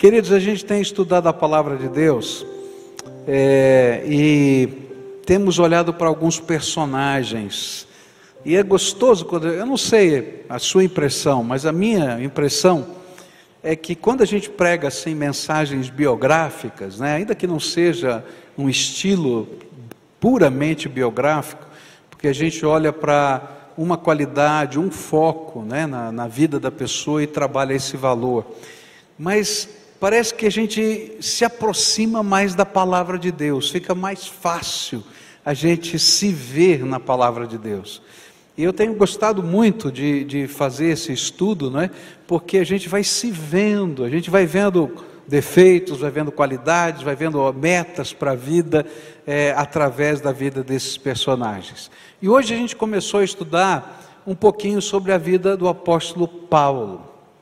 Queridos, a gente tem estudado a palavra de Deus e temos olhado para alguns personagens, e é gostoso quando, eu não sei a sua impressão, mas a minha impressão é que quando a gente prega assim mensagens biográficas, né, ainda que não seja um estilo puramente biográfico, porque a gente olha para uma qualidade, um foco, né, na vida da pessoa e trabalha esse valor, mas parece que a gente se aproxima mais da palavra de Deus, fica mais fácil a gente se ver na palavra de Deus. E eu tenho gostado muito de fazer esse estudo, não é? Porque a gente vai se vendo, a gente vai vendo defeitos, vai vendo qualidades, vai vendo metas para a vida, através da vida desses personagens. E hoje a gente começou a estudar um pouquinho sobre a vida do apóstolo Paulo.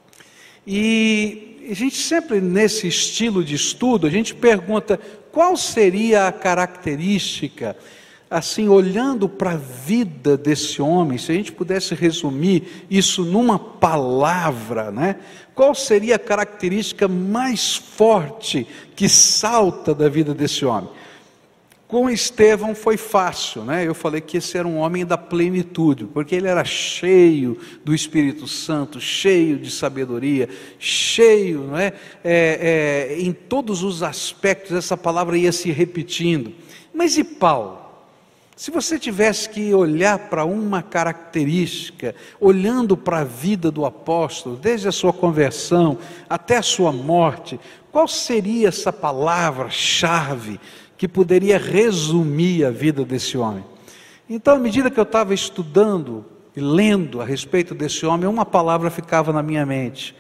E a gente sempre nesse estilo de estudo, a gente pergunta qual seria a característica, assim, olhando para a vida desse homem, se a gente pudesse resumir isso numa palavra, né? Qual seria a característica mais forte que salta da vida desse homem? Com Estevão foi fácil, né? Eu falei que esse era um homem da plenitude, porque ele era cheio do Espírito Santo, cheio de sabedoria, cheio, não é? Em todos os aspectos essa palavra ia se repetindo. Mas e Paulo? Se você tivesse que olhar para uma característica, olhando para a vida do apóstolo, desde a sua conversão até a sua morte, qual seria essa palavra-chave que poderia resumir a vida desse homem? Então, à medida que eu estava estudando e lendo a respeito desse homem, uma palavra ficava na minha mente: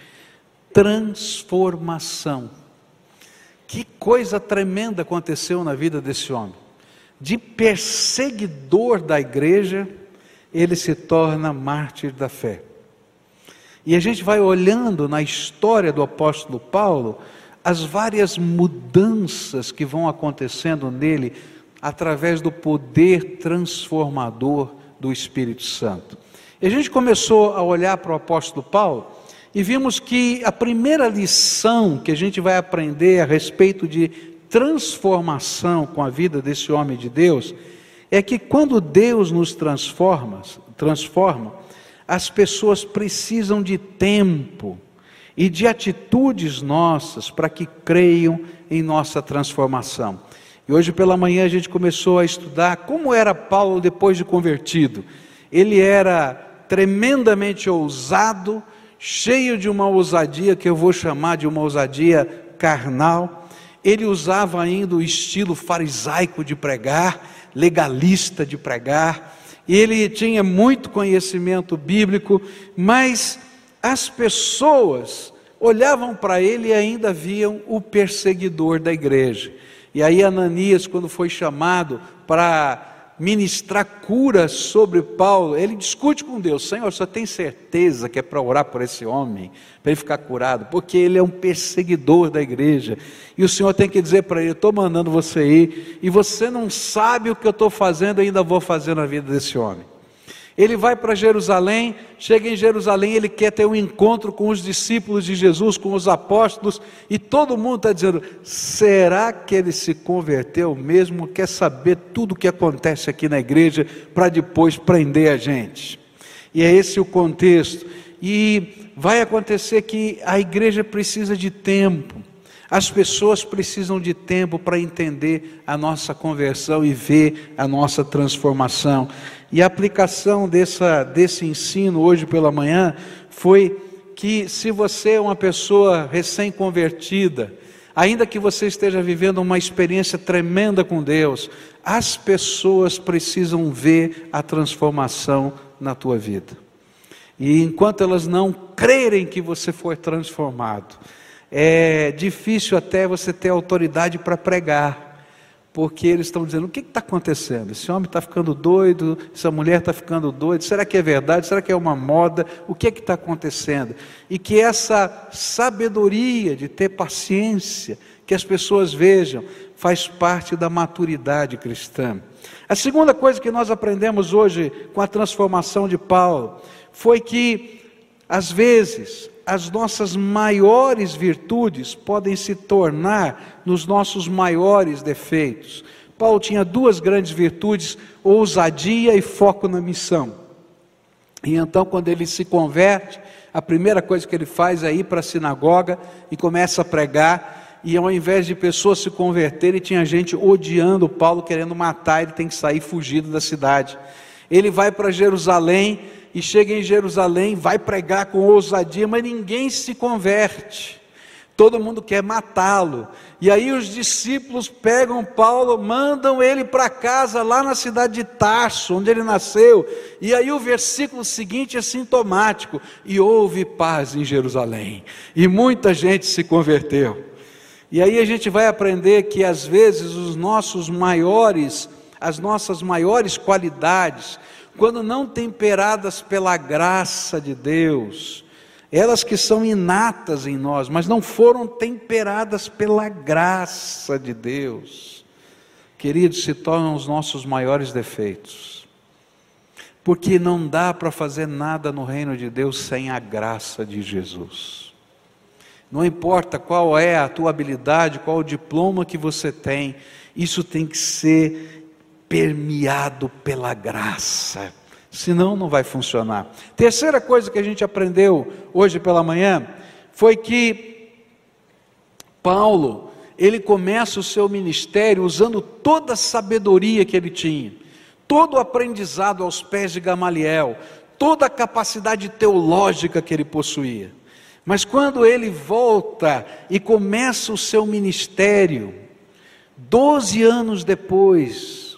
transformação. Que coisa tremenda aconteceu na vida desse homem. De perseguidor da igreja, ele se torna mártir da fé. E a gente vai olhando na história do apóstolo Paulo, as várias mudanças que vão acontecendo nele, através do poder transformador do Espírito Santo. E a gente começou a olhar para o apóstolo Paulo, e vimos que a primeira lição que a gente vai aprender a respeito de transformação com a vida desse homem de Deus, é que quando Deus nos transforma, as pessoas precisam de tempo e de atitudes nossas para que creiam em nossa transformação. E hoje pela manhã a gente começou a estudar como era Paulo depois de convertido. Ele era tremendamente ousado, cheio de uma ousadia que eu vou chamar de uma ousadia carnal. Ele usava ainda o estilo farisaico de pregar, legalista de pregar. Ele tinha muito conhecimento bíblico, mas as pessoas olhavam para ele e ainda viam o perseguidor da igreja. E aí Ananias, quando foi chamado para ministrar cura sobre Paulo, ele discute com Deus: Senhor, você tem certeza que é para orar por esse homem, para ele ficar curado? Porque ele é um perseguidor da igreja, e o Senhor tem que dizer para ele: eu estou mandando você ir, e você não sabe o que eu estou fazendo, ainda vou fazer na vida desse homem. Ele vai para Jerusalém, chega em Jerusalém, ele quer ter um encontro com os discípulos de Jesus, com os apóstolos, e todo mundo está dizendo: será que ele se converteu mesmo? Quer saber tudo o que acontece aqui na igreja, para depois prender a gente? E é esse o contexto, e vai acontecer que a igreja precisa de tempo, as pessoas precisam de tempo para entender a nossa conversão e ver a nossa transformação. E a aplicação desse ensino hoje pela manhã foi que, se você é uma pessoa recém-convertida, ainda que você esteja vivendo uma experiência tremenda com Deus, as pessoas precisam ver a transformação na tua vida. E enquanto elas não crerem que você foi transformado, é difícil até você ter autoridade para pregar. Porque eles estão dizendo: o que está acontecendo? Esse homem está ficando doido, essa mulher está ficando doida, será que é verdade? Será que é uma moda? O que está acontecendo? E que essa sabedoria de ter paciência, que as pessoas vejam, faz parte da maturidade cristã. A segunda coisa que nós aprendemos hoje com a transformação de Paulo, foi que às vezes as nossas maiores virtudes podem se tornar nos nossos maiores defeitos. Paulo tinha duas grandes virtudes: ousadia e foco na missão. E então, quando ele se converte, a primeira coisa que ele faz é ir para a sinagoga e começa a pregar. E ao invés de pessoas se converterem, tinha gente odiando Paulo, querendo matar. Ele tem que sair fugido da cidade. Ele vai para Jerusalém e chega em Jerusalém, vai pregar com ousadia, mas ninguém se converte. Todo mundo quer matá-lo. E aí os discípulos pegam Paulo, mandam ele para casa, lá na cidade de Tarso, onde ele nasceu. E aí o versículo seguinte é sintomático: e houve paz em Jerusalém, e muita gente se converteu. E aí a gente vai aprender que às vezes as nossas maiores qualidades, quando não temperadas pela graça de Deus, elas que são inatas em nós, mas não foram temperadas pela graça de Deus, queridos, se tornam os nossos maiores defeitos. Porque não dá para fazer nada no reino de Deus sem a graça de Jesus. Não importa qual é a tua habilidade, qual o diploma que você tem, isso tem que ser permeado pela graça. Senão não vai funcionar. Terceira coisa que a gente aprendeu hoje pela manhã foi que Paulo, ele começa o seu ministério usando toda a sabedoria que ele tinha, todo o aprendizado aos pés de Gamaliel, toda a capacidade teológica que ele possuía. Mas quando ele volta e começa o seu ministério, 12 anos depois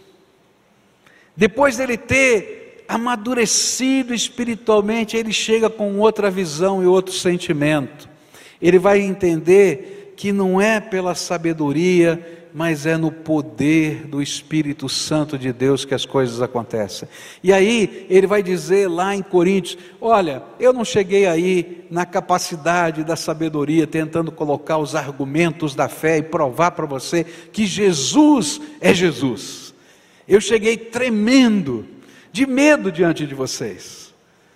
dele ter amadurecido espiritualmente, ele chega com outra visão e outro sentimento. Ele vai entender que não é pela sabedoria, mas é no poder do Espírito Santo de Deus que as coisas acontecem. E aí ele vai dizer lá em Coríntios: olha, eu não cheguei aí na capacidade da sabedoria, tentando colocar os argumentos da fé e provar para você que Jesus é Jesus. Eu cheguei tremendo de medo diante de vocês,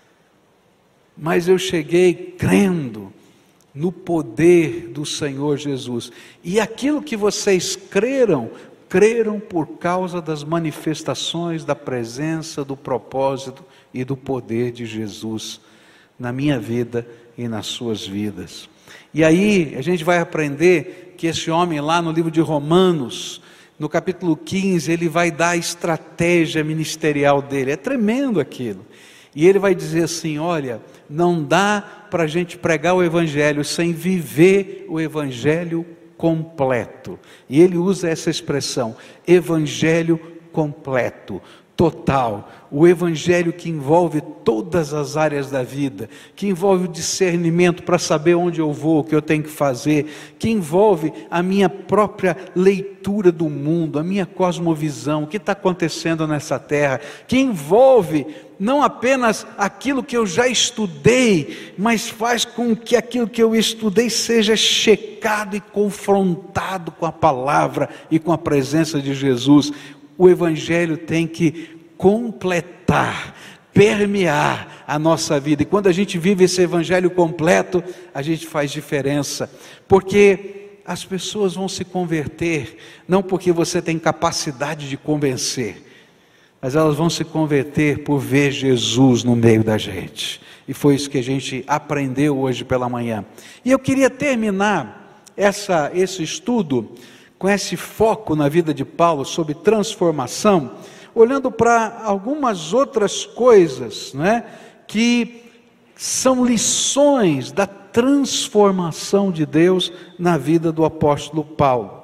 mas eu cheguei crendo no poder do Senhor Jesus, e aquilo que vocês creram por causa das manifestações da presença, do propósito e do poder de Jesus na minha vida e nas suas vidas. E aí a gente vai aprender que esse homem lá no livro de Romanos, no capítulo 15, ele vai dar a estratégia ministerial dele. É tremendo aquilo. E ele vai dizer assim: olha, não dá para a gente pregar o Evangelho sem viver o Evangelho completo. E ele usa essa expressão: Evangelho completo, total. O Evangelho que envolve todas as áreas da vida, que envolve o discernimento para saber onde eu vou, o que eu tenho que fazer, que envolve a minha própria leitura do mundo, a minha cosmovisão, o que está acontecendo nessa terra, que envolve não apenas aquilo que eu já estudei, mas faz com que aquilo que eu estudei seja checado e confrontado com a palavra e com a presença de Jesus. O Evangelho tem que completar, permear a nossa vida, e quando a gente vive esse Evangelho completo, a gente faz diferença, porque as pessoas vão se converter, não porque você tem capacidade de convencer, mas elas vão se converter por ver Jesus no meio da gente, e foi isso que a gente aprendeu hoje pela manhã. E eu queria terminar esse estudo com esse foco na vida de Paulo sobre transformação, olhando para algumas outras coisas, né, que são lições da transformação de Deus na vida do apóstolo Paulo.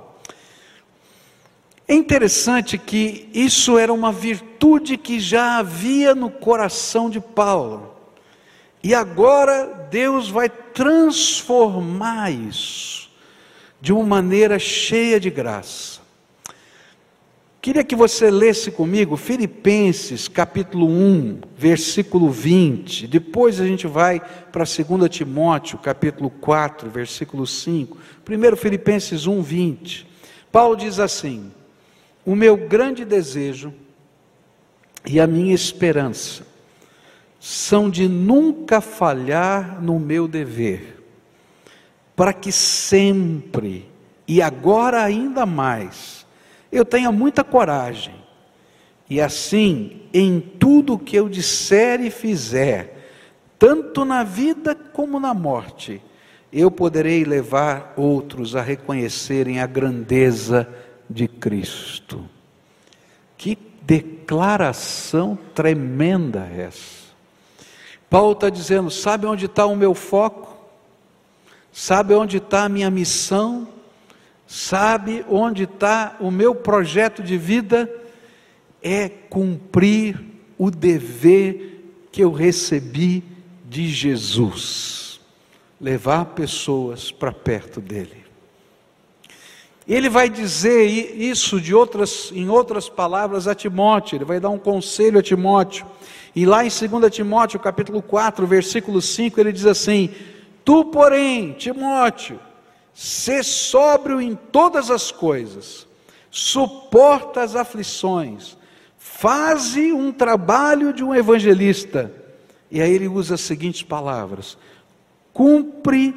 É interessante que isso era uma virtude que já havia no coração de Paulo, e agora Deus vai transformar isso de uma maneira cheia de graça. Queria que você lesse comigo Filipenses capítulo 1, versículo 20, depois a gente vai para 2 Timóteo capítulo 4, versículo 5, primeiro Filipenses 1, 20, Paulo diz assim: o meu grande desejo e a minha esperança são de nunca falhar no meu dever, para que sempre, e agora ainda mais, eu tenha muita coragem, e assim, em tudo que eu disser e fizer, tanto na vida como na morte, eu poderei levar outros a reconhecerem a grandeza de Cristo. Que declaração tremenda essa! Paulo está dizendo, sabe onde está o meu foco? Sabe onde está a minha missão? Sabe onde está o meu projeto de vida? É cumprir o dever que eu recebi de Jesus, levar pessoas para perto dele. Ele vai dizer isso em outras palavras a Timóteo, ele vai dar um conselho a Timóteo, e lá em 2 Timóteo capítulo 4, versículo 5, ele diz assim, tu porém, Timóteo, sê sóbrio em todas as coisas, suporta as aflições, faze um trabalho de um evangelista, e aí ele usa as seguintes palavras, cumpre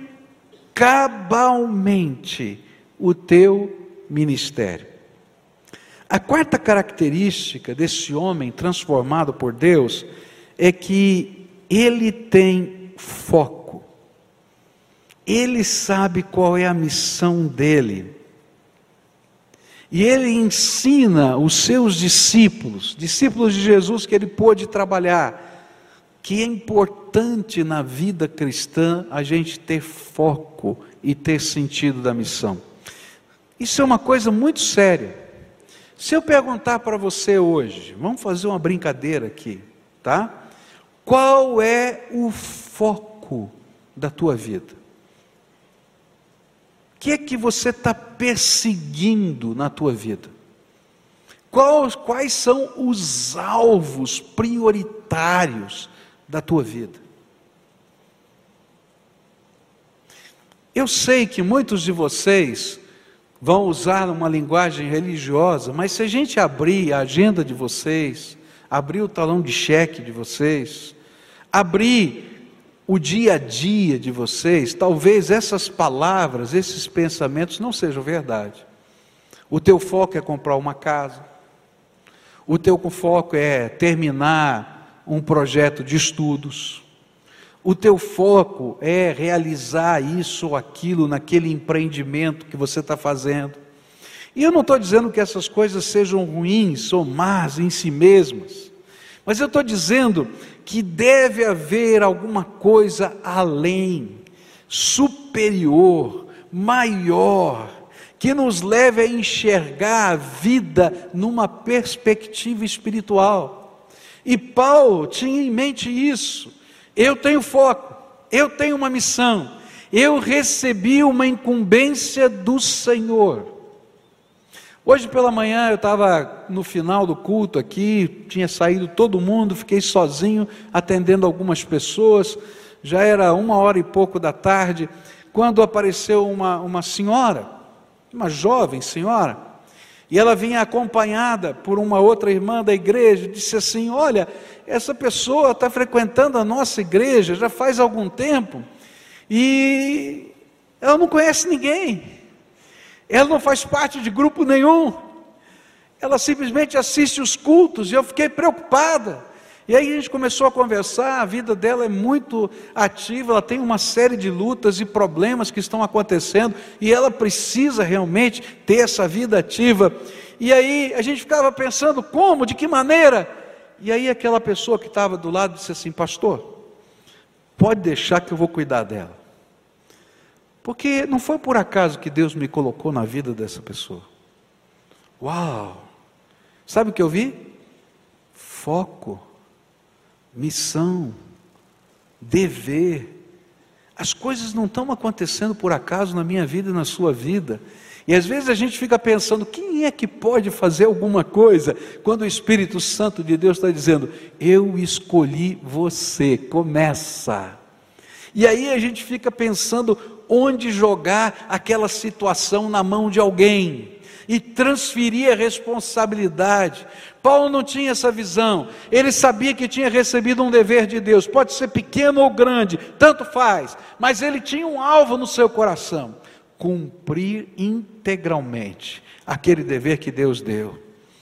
cabalmente o teu ministério. A quarta característica desse homem transformado por Deus é que ele tem foco. Ele sabe qual é a missão dele. E ele ensina os seus discípulos de Jesus que ele pôde trabalhar, que é importante na vida cristã a gente ter foco e ter sentido da missão. Isso é uma coisa muito séria. Se eu perguntar para você hoje, vamos fazer uma brincadeira aqui, tá? Qual é o foco da tua vida? O que é que você está perseguindo na tua vida? Quais são os alvos prioritários da tua vida? Eu sei que muitos de vocês vão usar uma linguagem religiosa, mas se a gente abrir a agenda de vocês, abrir o talão de cheque de vocês, abrir o dia a dia de vocês, talvez essas palavras, esses pensamentos não sejam verdade. O teu foco é comprar uma casa, o teu foco é terminar um projeto de estudos, o teu foco é realizar isso ou aquilo naquele empreendimento que você está fazendo. E eu não estou dizendo que essas coisas sejam ruins ou más em si mesmas, mas eu estou dizendo que deve haver alguma coisa além, superior, maior, que nos leve a enxergar a vida numa perspectiva espiritual. E Paulo tinha em mente isso. Eu tenho foco, eu tenho uma missão, eu recebi uma incumbência do Senhor. Hoje pela manhã eu estava no final do culto aqui, tinha saído todo mundo, fiquei sozinho atendendo algumas pessoas, já era 1h e pouco da tarde, quando apareceu uma senhora, uma jovem senhora, e ela vinha acompanhada por uma outra irmã da igreja, disse assim, olha, essa pessoa está frequentando a nossa igreja já faz algum tempo, e ela não conhece ninguém, ela não faz parte de grupo nenhum, ela simplesmente assiste os cultos, e eu fiquei preocupada. E aí a gente começou a conversar, a vida dela é muito ativa, ela tem uma série de lutas e problemas que estão acontecendo, e ela precisa realmente ter essa vida ativa. E aí a gente ficava pensando, como, de que maneira? E aí aquela pessoa que estava do lado disse assim, pastor, pode deixar que eu vou cuidar dela. Porque não foi por acaso que Deus me colocou na vida dessa pessoa. Uau! Sabe o que eu vi? Foco. Missão, dever. As coisas não estão acontecendo por acaso na minha vida e na sua vida. E às vezes a gente fica pensando, quem é que pode fazer alguma coisa? Quando o Espírito Santo de Deus está dizendo, eu escolhi você, começa. E aí a gente fica pensando onde jogar aquela situação na mão de alguém. e transferir a responsabilidade. Paulo não tinha essa visão. Ele sabia que tinha recebido um dever de Deus, pode ser pequeno ou grande, tanto faz, mas ele tinha um alvo no seu coração: cumprir integralmente aquele dever que Deus deu.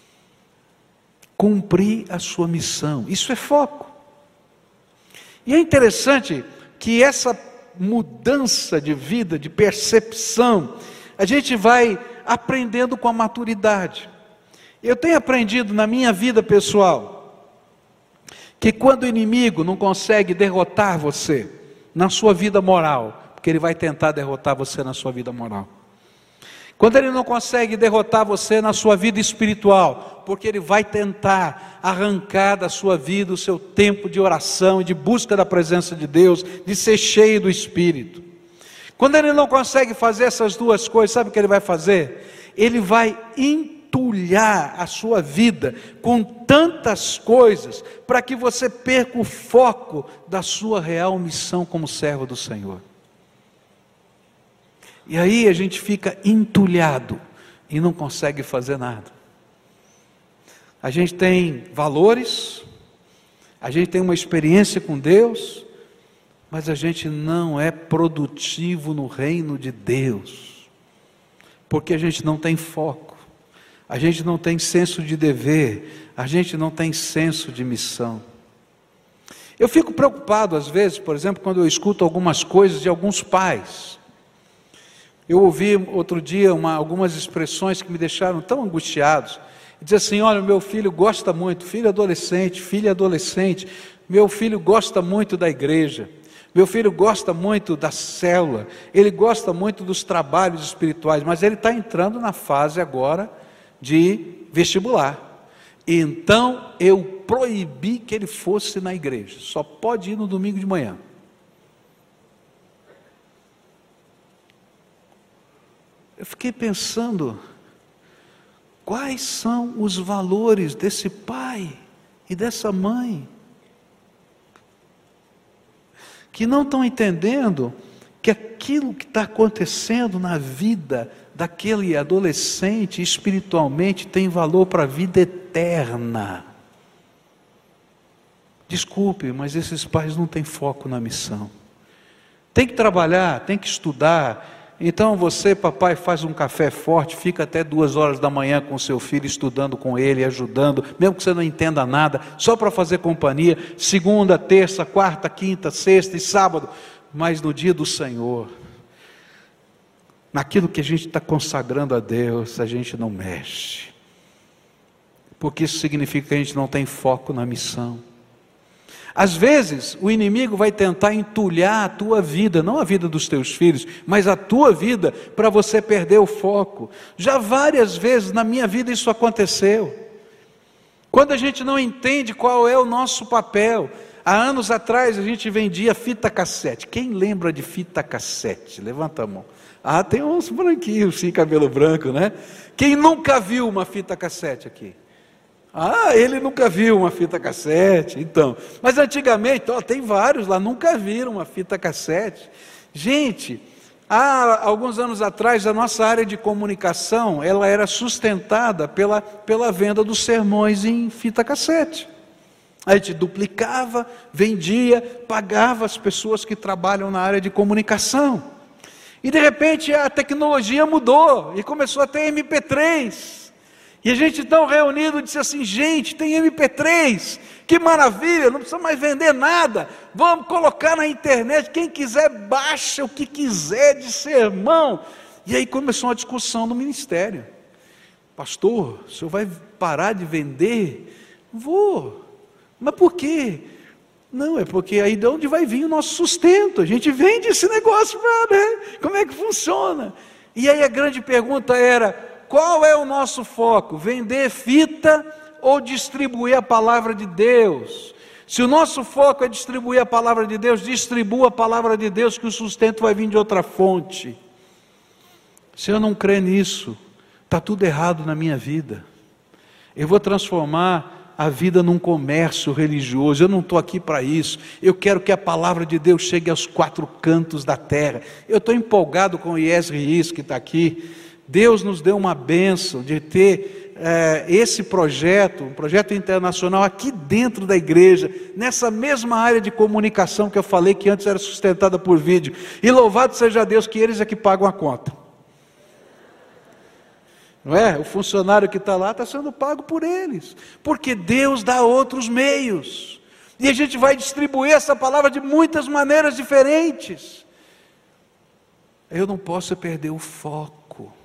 Cumprir a sua missão, isso é foco. E é interessante que essa mudança de vida, de percepção, a gente vai aprendendo com a maturidade. Eu tenho aprendido na minha vida pessoal, que quando o inimigo não consegue derrotar você na sua vida moral, porque ele vai tentar derrotar você na sua vida moral, quando ele não consegue derrotar você na sua vida espiritual, porque ele vai tentar arrancar da sua vida o seu tempo de oração e de busca da presença de Deus, de ser cheio do Espírito. Quando ele não consegue fazer essas duas coisas, sabe o que ele vai fazer? Ele vai entulhar a sua vida com tantas coisas, para que você perca o foco da sua real missão como servo do Senhor. E aí a gente fica entulhado e não consegue fazer nada. A gente tem valores, a gente tem uma experiência com Deus, mas a gente não é produtivo no reino de Deus, porque a gente não tem foco, a gente não tem senso de dever, a gente não tem senso de missão. Eu fico preocupado às vezes, por exemplo, quando eu escuto algumas coisas de alguns pais. Eu ouvi outro dia algumas expressões que me deixaram tão angustiados. Diz assim: olha, meu filho gosta muito, filha adolescente, meu filho gosta muito da igreja, meu filho gosta muito da célula, ele gosta muito dos trabalhos espirituais, mas ele está entrando na fase agora de vestibular. Então eu proibi que ele fosse na igreja, só pode ir no domingo de manhã. Eu fiquei pensando, quais são os valores desse pai e dessa mãe, que não estão entendendo que aquilo que está acontecendo na vida daquele adolescente espiritualmente tem valor para a vida eterna. Desculpe, mas esses pais não têm foco na missão. Tem que trabalhar, tem que estudar. Então você, papai, faz um café forte, fica até 2 horas da manhã com seu filho, estudando com ele, ajudando, mesmo que você não entenda nada, só para fazer companhia, segunda, terça, quarta, quinta, sexta e sábado, mas no dia do Senhor, naquilo que a gente está consagrando a Deus, a gente não mexe, porque isso significa que a gente não tem foco na missão. Às vezes o inimigo vai tentar entulhar a tua vida, não a vida dos teus filhos, mas a tua vida, para você perder o foco. Já várias vezes na minha vida isso aconteceu. Quando a gente não entende qual é o nosso papel. Há anos atrás a gente vendia fita cassete. Quem lembra de fita cassete? Levanta a mão. Ah, tem uns branquinhos, sim, cabelo branco, né? Quem nunca viu uma fita cassete aqui? Ah, ele nunca viu uma fita cassete, então. Mas antigamente, tem vários lá, nunca viram uma fita cassete. Gente, há alguns anos atrás, a nossa área de comunicação, ela era sustentada pela venda dos sermões em fita cassete. A gente duplicava, vendia, pagava as pessoas que trabalham na área de comunicação. E de repente a tecnologia mudou e começou a ter MP3. E a gente então reunido disse assim: gente, tem MP3, que maravilha, não precisa mais vender nada, vamos colocar na internet, quem quiser baixa o que quiser de sermão. E aí começou uma discussão no ministério: pastor, o senhor vai parar de vender? Vou. Mas por quê? Não, é porque aí de onde vai vir o nosso sustento? A gente vende esse negócio, né? Como é que funciona? E aí a grande pergunta era: qual é o nosso foco? Vender fita ou distribuir a palavra de Deus? Se o nosso foco é distribuir a palavra de Deus, distribua a palavra de Deus, que o sustento vai vir de outra fonte. Se eu não crer nisso, está tudo errado na minha vida. Eu vou transformar a vida num comércio religioso. Eu não estou aqui para isso. Eu quero que a palavra de Deus chegue aos 4 cantos da terra. Eu estou empolgado com o Ies Riis, que está aqui, Deus nos deu uma bênção de ter esse projeto, um projeto internacional aqui dentro da igreja, nessa mesma área de comunicação que eu falei que antes era sustentada por vídeo. E louvado seja Deus que eles é que pagam a conta. Não é? O funcionário que está lá está sendo pago por eles, porque Deus dá outros meios. E a gente vai distribuir essa palavra de muitas maneiras diferentes. Eu não posso perder o foco.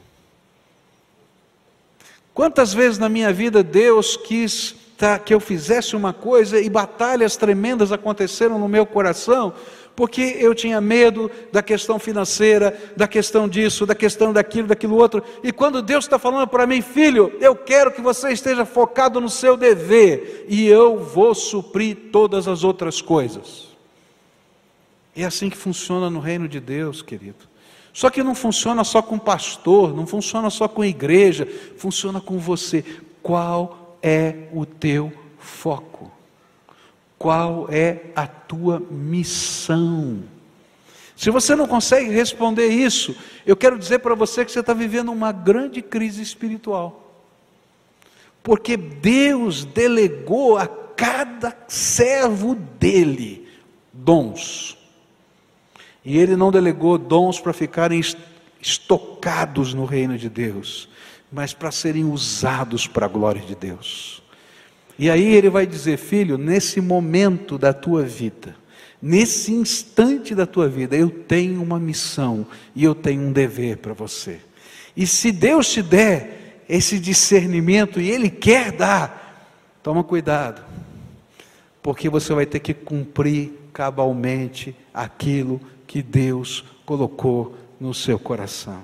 Quantas vezes na minha vida Deus quis que eu fizesse uma coisa e batalhas tremendas aconteceram no meu coração, porque eu tinha medo da questão financeira, da questão disso, da questão daquilo outro. E quando Deus está falando para mim, filho, eu quero que você esteja focado no seu dever, e eu vou suprir todas as outras coisas. É assim que funciona no reino de Deus, querido. Só que não funciona só com pastor, não funciona só com igreja, funciona com você. Qual é o teu foco? Qual é a tua missão? Se você não consegue responder isso, eu quero dizer para você que você está vivendo uma grande crise espiritual. Porque Deus delegou a cada servo dele dons. E Ele não delegou dons para ficarem estocados no reino de Deus, mas para serem usados para a glória de Deus. E aí Ele vai dizer, filho, nesse momento da tua vida, nesse instante da tua vida, eu tenho uma missão e eu tenho um dever para você. E se Deus te der esse discernimento, e Ele quer dar, toma cuidado, porque você vai ter que cumprir cabalmente aquilo que Deus colocou no seu coração.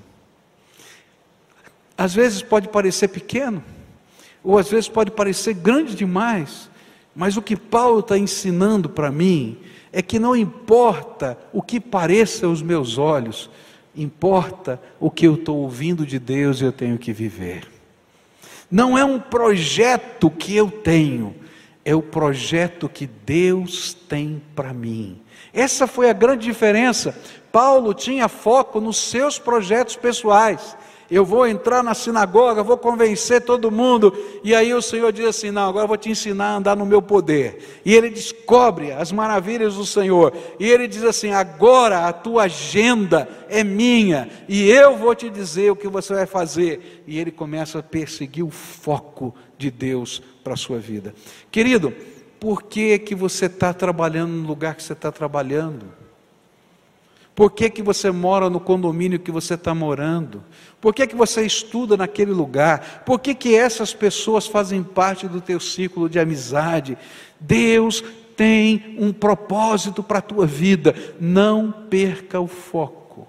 Às vezes pode parecer pequeno, ou às vezes pode parecer grande demais, mas o que Paulo está ensinando para mim, é que não importa o que pareça aos meus olhos, importa o que eu estou ouvindo de Deus e eu tenho que viver. Não é um projeto que eu tenho, é o projeto que Deus tem para mim. Essa foi a grande diferença. Paulo tinha foco nos seus projetos pessoais. Eu vou entrar na sinagoga, vou convencer todo mundo, e aí o Senhor diz assim, não, agora eu vou te ensinar a andar no meu poder. E ele descobre as maravilhas do Senhor, e ele diz assim, agora a tua agenda é minha, e eu vou te dizer o que você vai fazer. E ele começa a perseguir o foco de Deus para a sua vida. Querido, por que que você está trabalhando no lugar que você está trabalhando? Por que que você mora no condomínio que você está morando? Por que que você estuda naquele lugar? Por que que essas pessoas fazem parte do teu círculo de amizade? Deus tem um propósito para a tua vida. Não perca o foco.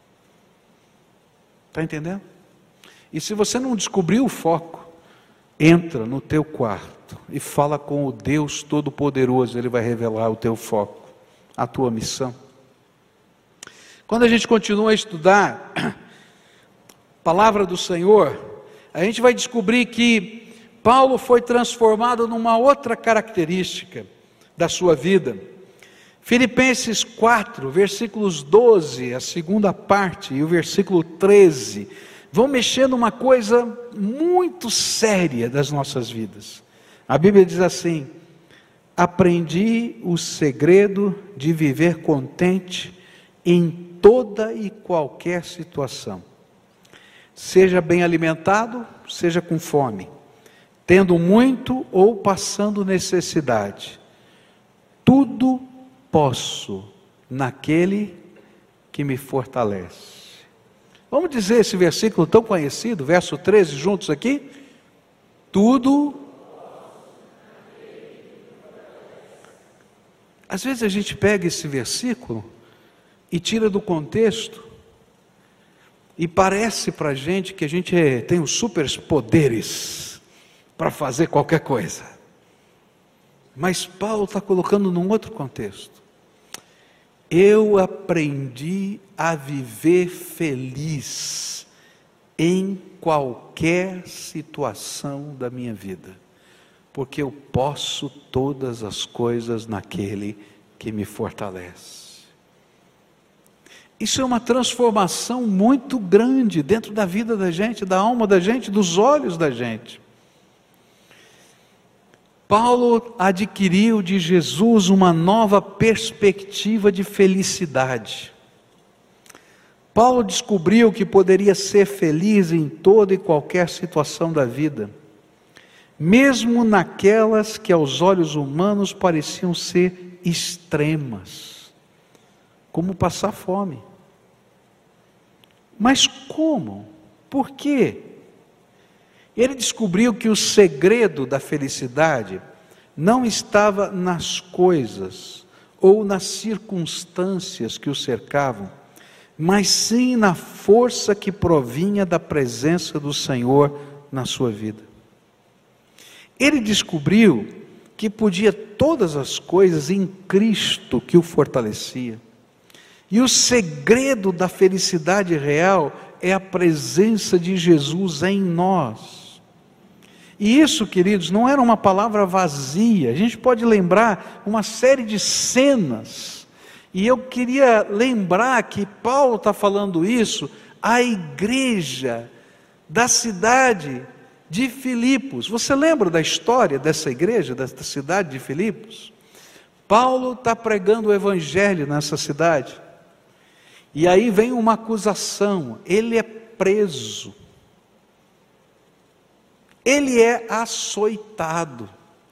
Está entendendo? E se você não descobrir o foco, entra no teu quarto e fala com o Deus Todo-Poderoso. Ele vai revelar o teu foco, a tua missão. Quando a gente continua a estudar a palavra do Senhor, a gente vai descobrir que Paulo foi transformado numa outra característica da sua vida. Filipenses 4, versículos 12, a segunda parte, e o versículo 13, vão mexer numa coisa muito séria das nossas vidas. A Bíblia diz assim: aprendi o segredo de viver contente em toda e qualquer situação, seja bem alimentado, seja com fome, tendo muito ou passando necessidade, tudo posso naquele que me fortalece. Vamos dizer esse versículo tão conhecido, verso 13, juntos aqui? Tudo. Às vezes a gente pega esse versículo e tira do contexto, e parece para a gente que a gente tem os superpoderes para fazer qualquer coisa. Mas Paulo está colocando num outro contexto. Eu aprendi a viver feliz em qualquer situação da minha vida, porque eu posso todas as coisas naquele que me fortalece. Isso é uma transformação muito grande dentro da vida da gente, da alma da gente, dos olhos da gente. Paulo adquiriu de Jesus uma nova perspectiva de felicidade. Paulo descobriu que poderia ser feliz em toda e qualquer situação da vida, mesmo naquelas que aos olhos humanos pareciam ser extremas, como passar fome. Mas como? Por quê? Ele descobriu que o segredo da felicidade não estava nas coisas ou nas circunstâncias que o cercavam, mas sim na força que provinha da presença do Senhor na sua vida. Ele descobriu que podia todas as coisas em Cristo que o fortalecia. E o segredo da felicidade real é a presença de Jesus em nós. E isso, queridos, não era uma palavra vazia. A gente pode lembrar uma série de cenas. E eu queria lembrar que Paulo está falando isso à igreja da cidade de Filipos. Você lembra da história dessa igreja, dessa cidade de Filipos? Paulo está pregando o evangelho nessa cidade. E aí vem uma acusação, ele é preso. Ele é açoitado.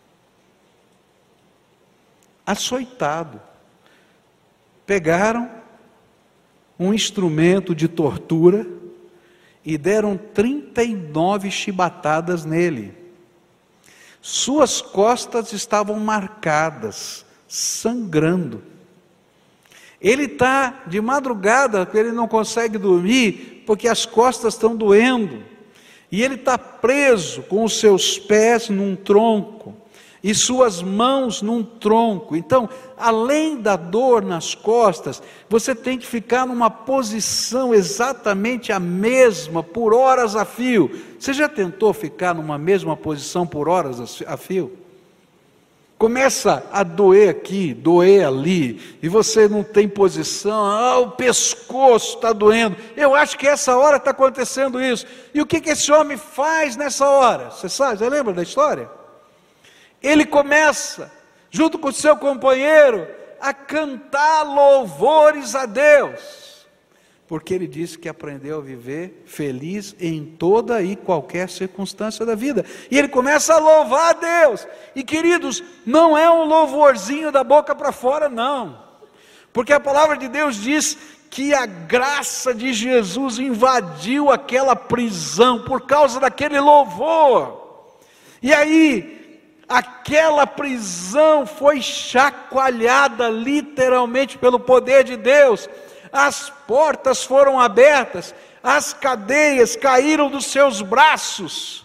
Açoitado. Pegaram um instrumento de tortura e deram 39 chibatadas nele. Suas costas estavam marcadas, sangrando. Ele está de madrugada, porque ele não consegue dormir, porque as costas estão doendo. E ele está preso com os seus pés num tronco e suas mãos num tronco. Então, além da dor nas costas, você tem que ficar numa posição exatamente a mesma por horas a fio. Você já tentou ficar numa mesma posição por horas a fio? Começa a doer aqui, doer ali, e você não tem posição, o pescoço está doendo. Eu acho que essa hora está acontecendo isso. E o que esse homem faz nessa hora? Você sabe, você lembra da história? Ele começa, junto com o seu companheiro, a cantar louvores a Deus, porque ele disse que aprendeu a viver feliz em toda e qualquer circunstância da vida. E ele começa a louvar a Deus. E queridos, não é um louvorzinho da boca para fora, não. Porque a palavra de Deus diz que a graça de Jesus invadiu aquela prisão por causa daquele louvor. E aí, aquela prisão foi chacoalhada literalmente pelo poder de Deus. As portas foram abertas, as cadeias caíram dos seus braços.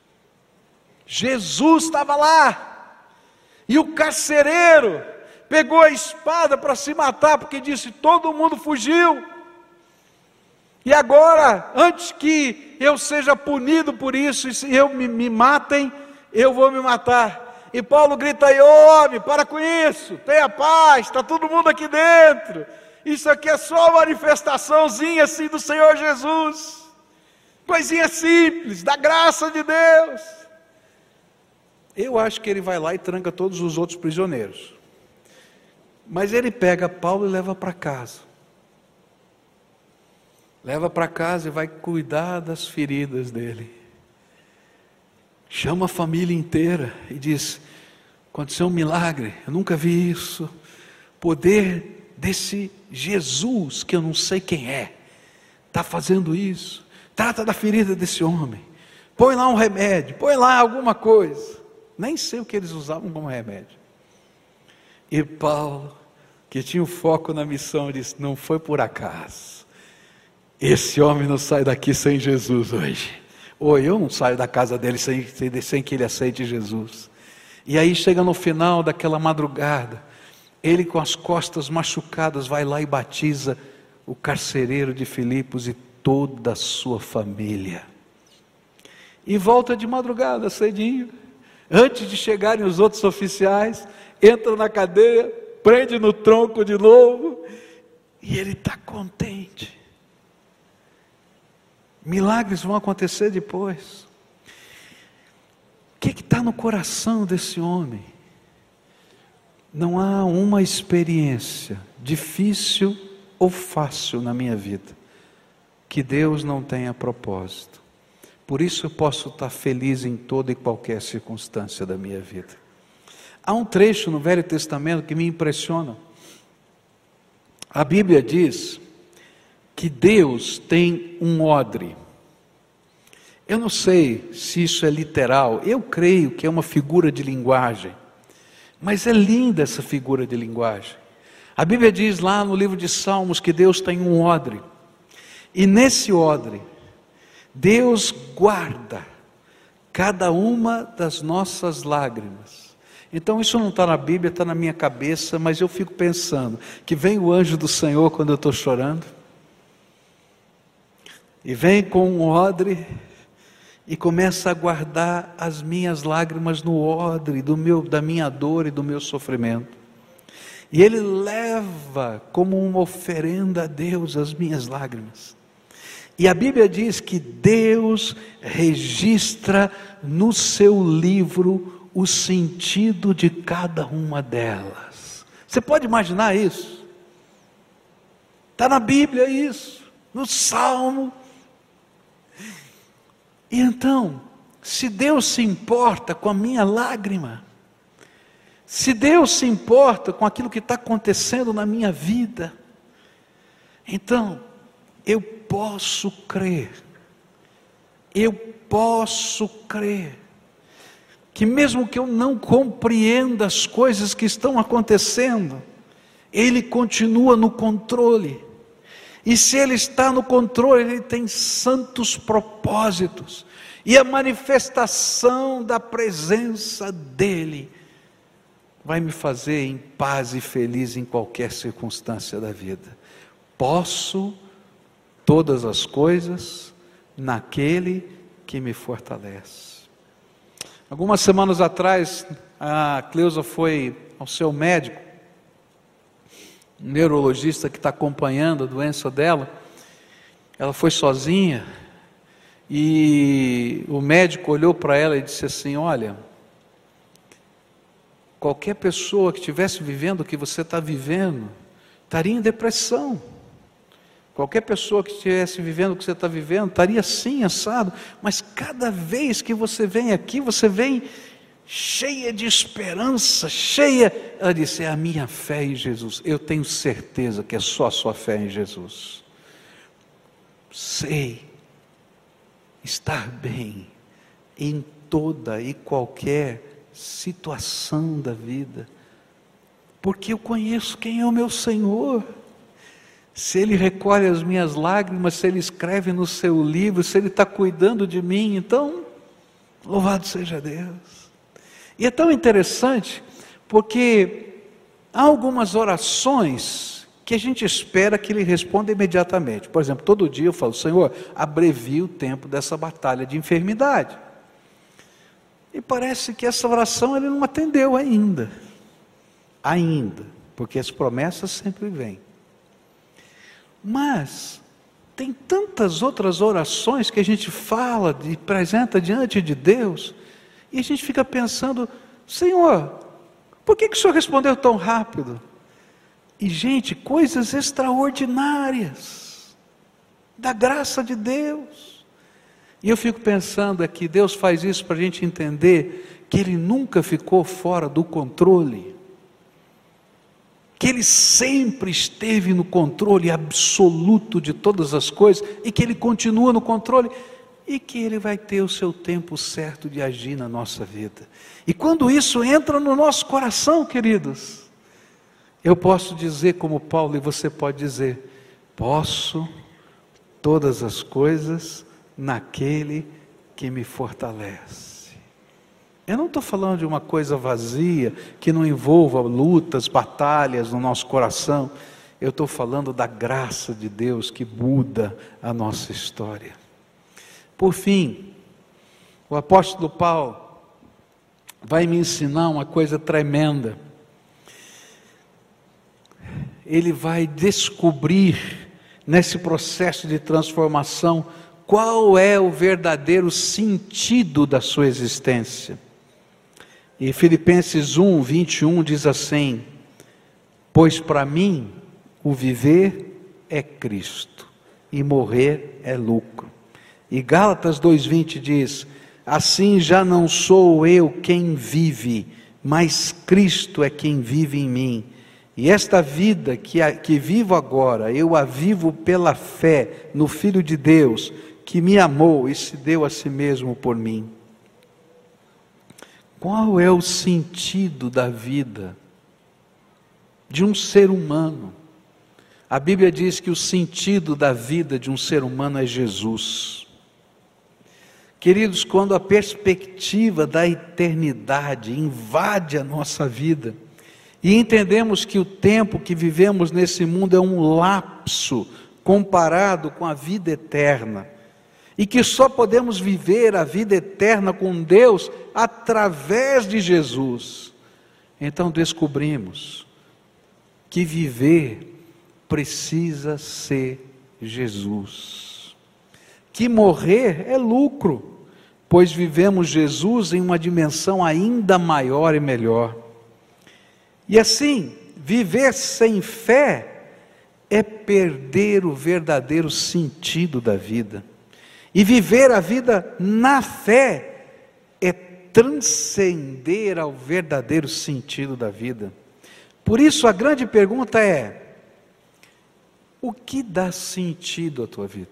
Jesus estava lá, e o carcereiro pegou a espada para se matar, porque disse: todo mundo fugiu, e agora, antes que eu seja punido por isso, e se eu me matem, eu vou me matar. E Paulo grita aí: homem, para com isso, tenha paz, está todo mundo aqui dentro. Isso aqui é só uma manifestaçãozinha assim do Senhor Jesus, coisinha simples, da graça de Deus. Eu acho que ele vai lá e tranca todos os outros prisioneiros, mas ele pega Paulo e leva para casa. Leva para casa e vai cuidar das feridas dele. Chama a família inteira e diz: aconteceu um milagre, eu nunca vi isso. Poder desse Jesus, que eu não sei quem é, está fazendo isso. Trata da ferida desse homem, põe lá um remédio, põe lá alguma coisa. Nem sei o que eles usavam como remédio. E Paulo, que tinha o foco na missão, disse: não foi por acaso, esse homem não sai daqui sem Jesus hoje, ou eu não saio da casa dele sem que ele aceite Jesus. E aí chega no final daquela madrugada, ele com as costas machucadas vai lá e batiza o carcereiro de Filipos e toda a sua família. E volta de madrugada cedinho, antes de chegarem os outros oficiais, entra na cadeia, prende no tronco de novo E ele está contente. Milagres vão acontecer depois. O que está no coração desse homem? Não há uma experiência, difícil ou fácil na minha vida, que Deus não tenha propósito. Por isso eu posso estar feliz em toda e qualquer circunstância da minha vida. Há um trecho no Velho Testamento que me impressiona. A Bíblia diz que Deus tem um odre. Eu não sei se isso é literal, eu creio que é uma figura de linguagem, mas é linda essa figura de linguagem. A Bíblia diz lá no livro de Salmos que Deus tem um odre, e nesse odre, Deus guarda cada uma das nossas lágrimas. Então isso não está na Bíblia, está na minha cabeça, mas eu fico pensando que vem o anjo do Senhor quando eu estou chorando, e vem com um odre, e começa a guardar as minhas lágrimas no odre da minha dor e do meu sofrimento. E Ele leva como uma oferenda a Deus as minhas lágrimas. E a Bíblia diz que Deus registra no seu livro o sentido de cada uma delas. Você pode imaginar isso? Está na Bíblia isso, no Salmo. E então, se Deus se importa com a minha lágrima, se Deus se importa com aquilo que está acontecendo na minha vida, então, eu posso crer, que mesmo que eu não compreenda as coisas que estão acontecendo, Ele continua no controle. E se Ele está no controle, Ele tem santos propósitos. E a manifestação da presença dEle vai me fazer em paz e feliz em qualquer circunstância da vida. Posso todas as coisas naquele que me fortalece. Algumas semanas atrás, a Cleusa foi ao seu médico, um neurologista que está acompanhando a doença dela. Ela foi sozinha, e o médico olhou para ela e disse assim: olha, qualquer pessoa que estivesse vivendo o que você está vivendo, estaria em depressão. Qualquer pessoa que estivesse vivendo o que você está vivendo, estaria assim, assado. Mas cada vez que você vem aqui, você vem cheia de esperança, ela disse: é a minha fé em Jesus. Eu tenho certeza que é só a sua fé em Jesus. Sei estar bem em toda e qualquer situação da vida, porque eu conheço quem é o meu Senhor. Se Ele recolhe as minhas lágrimas, se Ele escreve no seu livro, se Ele está cuidando de mim, então, louvado seja Deus. E é tão interessante, porque há algumas orações que a gente espera que Ele responda imediatamente. Por exemplo, todo dia eu falo: Senhor, abrevia o tempo dessa batalha de enfermidade. E parece que essa oração Ele não atendeu ainda, porque as promessas sempre vêm. Mas tem tantas outras orações que a gente fala, apresenta diante de Deus, e a gente fica pensando: Senhor, por que o Senhor respondeu tão rápido? E gente, coisas extraordinárias da graça de Deus. E eu fico pensando aqui, Deus faz isso para a gente entender que Ele nunca ficou fora do controle, que Ele sempre esteve no controle absoluto de todas as coisas, e que Ele continua no controle, e que Ele vai ter o seu tempo certo de agir na nossa vida. E quando isso entra no nosso coração, queridos, eu posso dizer como Paulo, e você pode dizer: posso todas as coisas naquele que me fortalece. Eu não estou falando de uma coisa vazia, que não envolva lutas, batalhas no nosso coração. Eu estou falando da graça de Deus que muda a nossa história. Por fim, o apóstolo Paulo vai me ensinar uma coisa tremenda. ele vai descobrir, nesse processo de transformação, qual é o verdadeiro sentido da sua existência. E Filipenses 1, 21 diz assim: pois para mim o viver é Cristo e morrer é lucro. E Gálatas 2,20 diz: assim já não sou eu quem vive, mas Cristo é quem vive em mim. E esta vida que vivo agora, eu a vivo pela fé no Filho de Deus, que me amou e se deu a si mesmo por mim. Qual é o sentido da vida de um ser humano? A Bíblia diz que o sentido da vida de um ser humano é Jesus. Queridos, quando a perspectiva da eternidade invade a nossa vida, e entendemos que o tempo que vivemos nesse mundo é um lapso comparado com a vida eterna, e que só podemos viver a vida eterna com Deus através de Jesus, então descobrimos que viver precisa ser Jesus, que morrer é lucro, pois vivemos Jesus em uma dimensão ainda maior e melhor. E assim, viver sem fé é perder o verdadeiro sentido da vida. E viver a vida na fé é transcender ao verdadeiro sentido da vida. Por isso a grande pergunta é: o que dá sentido à tua vida?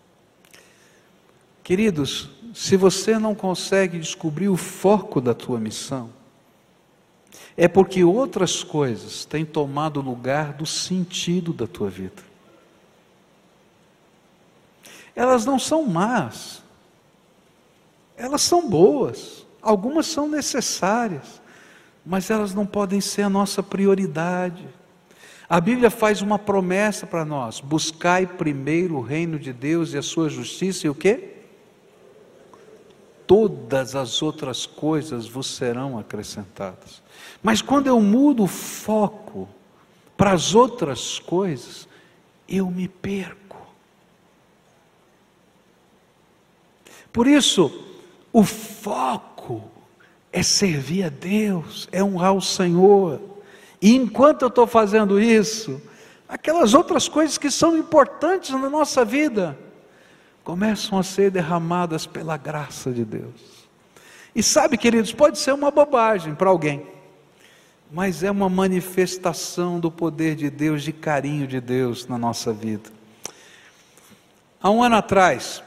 Queridos, se você não consegue descobrir o foco da tua missão, é porque outras coisas têm tomado o lugar do sentido da tua vida. Elas não são más, elas são boas, algumas são necessárias, mas elas não podem ser a nossa prioridade. A Bíblia faz uma promessa para nós: buscai primeiro o reino de Deus e a sua justiça, e o quê? Todas as outras coisas vos serão acrescentadas. Mas quando eu mudo o foco para as outras coisas, eu me perco. Por isso, o foco é servir a Deus, é honrar o Senhor. E enquanto eu estou fazendo isso, aquelas outras coisas que são importantes na nossa vida começam a ser derramadas pela graça de Deus. E sabe, queridos, pode ser uma bobagem para alguém, mas é uma manifestação do poder de Deus, de carinho de Deus na nossa vida. Há um ano atrás,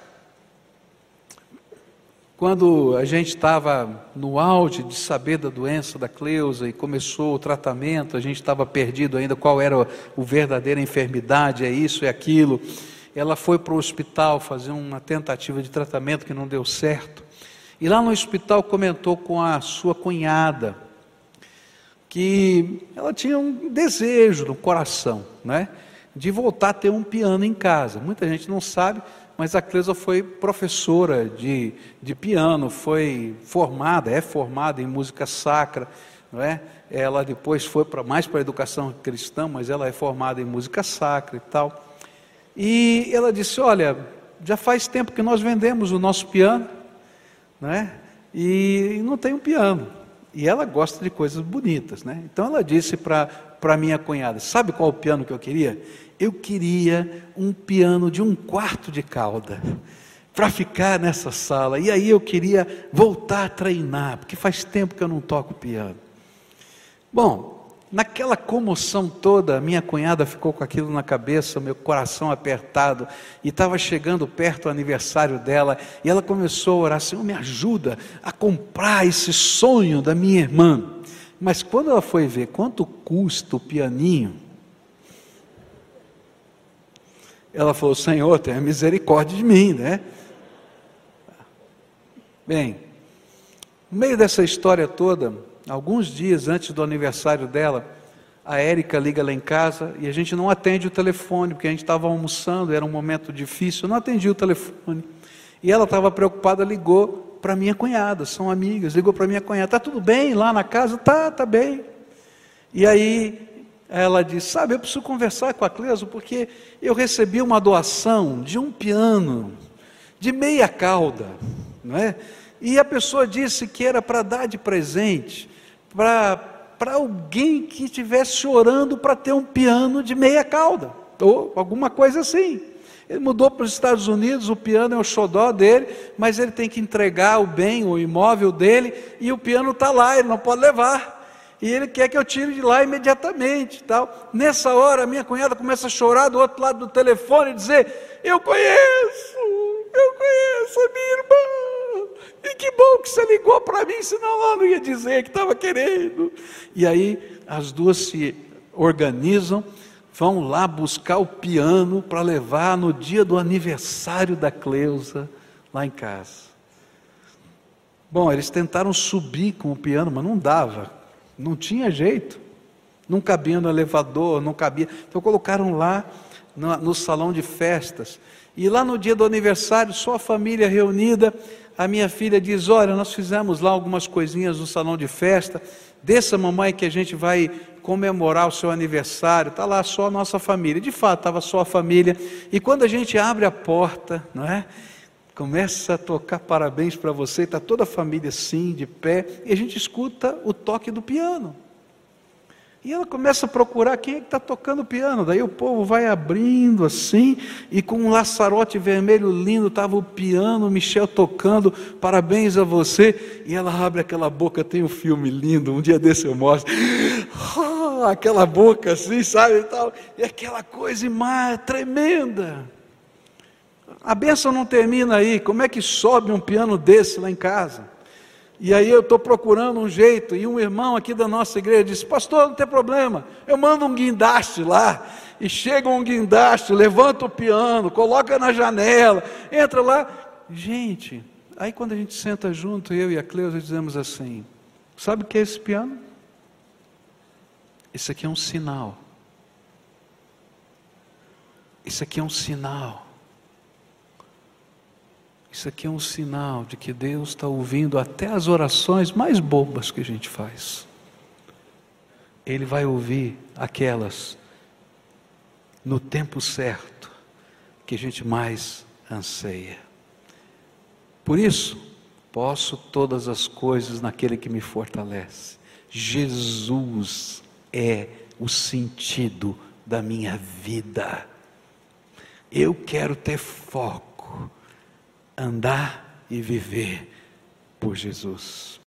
quando a gente estava no auge de saber da doença da Cleusa e começou o tratamento, a gente estava perdido ainda qual era a verdadeira enfermidade, é isso, é aquilo. Ela foi para o hospital fazer uma tentativa de tratamento que não deu certo. E lá no hospital comentou com a sua cunhada que ela tinha um desejo no coração, né, de voltar a ter um piano em casa. Muita gente não sabe, mas a Cleusa foi professora de piano, é formada em música sacra, não é? Ela depois foi mais para a educação cristã, mas ela é formada em música sacra e tal. E ela disse: olha, já faz tempo que nós vendemos o nosso piano, não é? E não tem um piano. E ela gosta de coisas bonitas, né? Então ela disse para minha cunhada: sabe qual o piano que eu queria? Eu queria um piano de 1/4 de cauda, para ficar nessa sala, e aí eu queria voltar a treinar, porque faz tempo que eu não toco piano. Bom, naquela comoção toda, minha cunhada ficou com aquilo na cabeça, meu coração apertado, e estava chegando perto do aniversário dela, e ela começou a orar: Senhor, me ajuda a comprar esse sonho da minha irmã. Mas quando ela foi ver quanto custa o pianinho, ela falou: Senhor, tenha misericórdia de mim, né? Bem, no meio dessa história toda, alguns dias antes do aniversário dela, a Érica liga lá em casa e a gente não atende o telefone, porque a gente estava almoçando, era um momento difícil, eu não atendi o telefone. E ela estava preocupada, ligou para minha cunhada, são amigas, ligou para minha cunhada: está tudo bem lá na casa? Tá bem. E aí Ela disse: sabe, eu preciso conversar com a Cleusa, porque eu recebi uma doação de um piano de meia cauda, não é? E a pessoa disse que era para dar de presente para alguém que estivesse orando para ter um piano de meia cauda, ou alguma coisa assim. Ele mudou para os Estados Unidos, o piano é o xodó dele, mas ele tem que entregar o bem, o imóvel dele, e o piano está lá, ele não pode levar. E ele quer que eu tire de lá imediatamente, tal. Nessa hora, a minha cunhada começa a chorar do outro lado do telefone e dizer: eu conheço a minha irmã, e que bom que você ligou para mim, senão ela não ia dizer que estava querendo. E aí, as duas se organizam, vão lá buscar o piano para levar no dia do aniversário da Cleusa, lá em casa. Bom, eles tentaram subir com o piano, mas não dava, não tinha jeito, não cabia no elevador, não cabia, então colocaram lá no salão de festas, e lá no dia do aniversário, só a família reunida, a minha filha diz: olha, nós fizemos lá algumas coisinhas no salão de festa, desça mamãe que a gente vai comemorar o seu aniversário, está lá só a nossa família. De fato, estava só a família, e quando a gente abre a porta, não é? Começa a tocar parabéns para você, está toda a família assim, de pé, e a gente escuta o toque do piano. E ela começa a procurar quem é que está tocando o piano. Daí o povo vai abrindo assim, e com um laçarote vermelho lindo, estava o piano, Michel tocando, parabéns a você. E ela abre aquela boca, tem um filme lindo, um dia desse eu mostro. Aquela boca assim, sabe, e tal. E aquela coisa tremenda. A bênção não termina aí. Como é que sobe um piano desse lá em casa? E aí eu estou procurando um jeito, e um irmão aqui da nossa igreja disse: pastor, não tem problema, eu mando um guindaste lá, e chega um guindaste, levanta o piano, coloca na janela, entra lá. Gente, aí quando a gente senta junto, eu e a Cleusa dizemos assim: sabe o que é esse piano? Isso aqui é um sinal. Isso aqui é um sinal. Isso aqui é um sinal de que Deus está ouvindo até as orações mais bobas que a gente faz. Ele vai ouvir aquelas no tempo certo que a gente mais anseia. Por isso, posso todas as coisas naquele que me fortalece. Jesus é o sentido da minha vida. Eu quero ter foco, andar e viver por Jesus.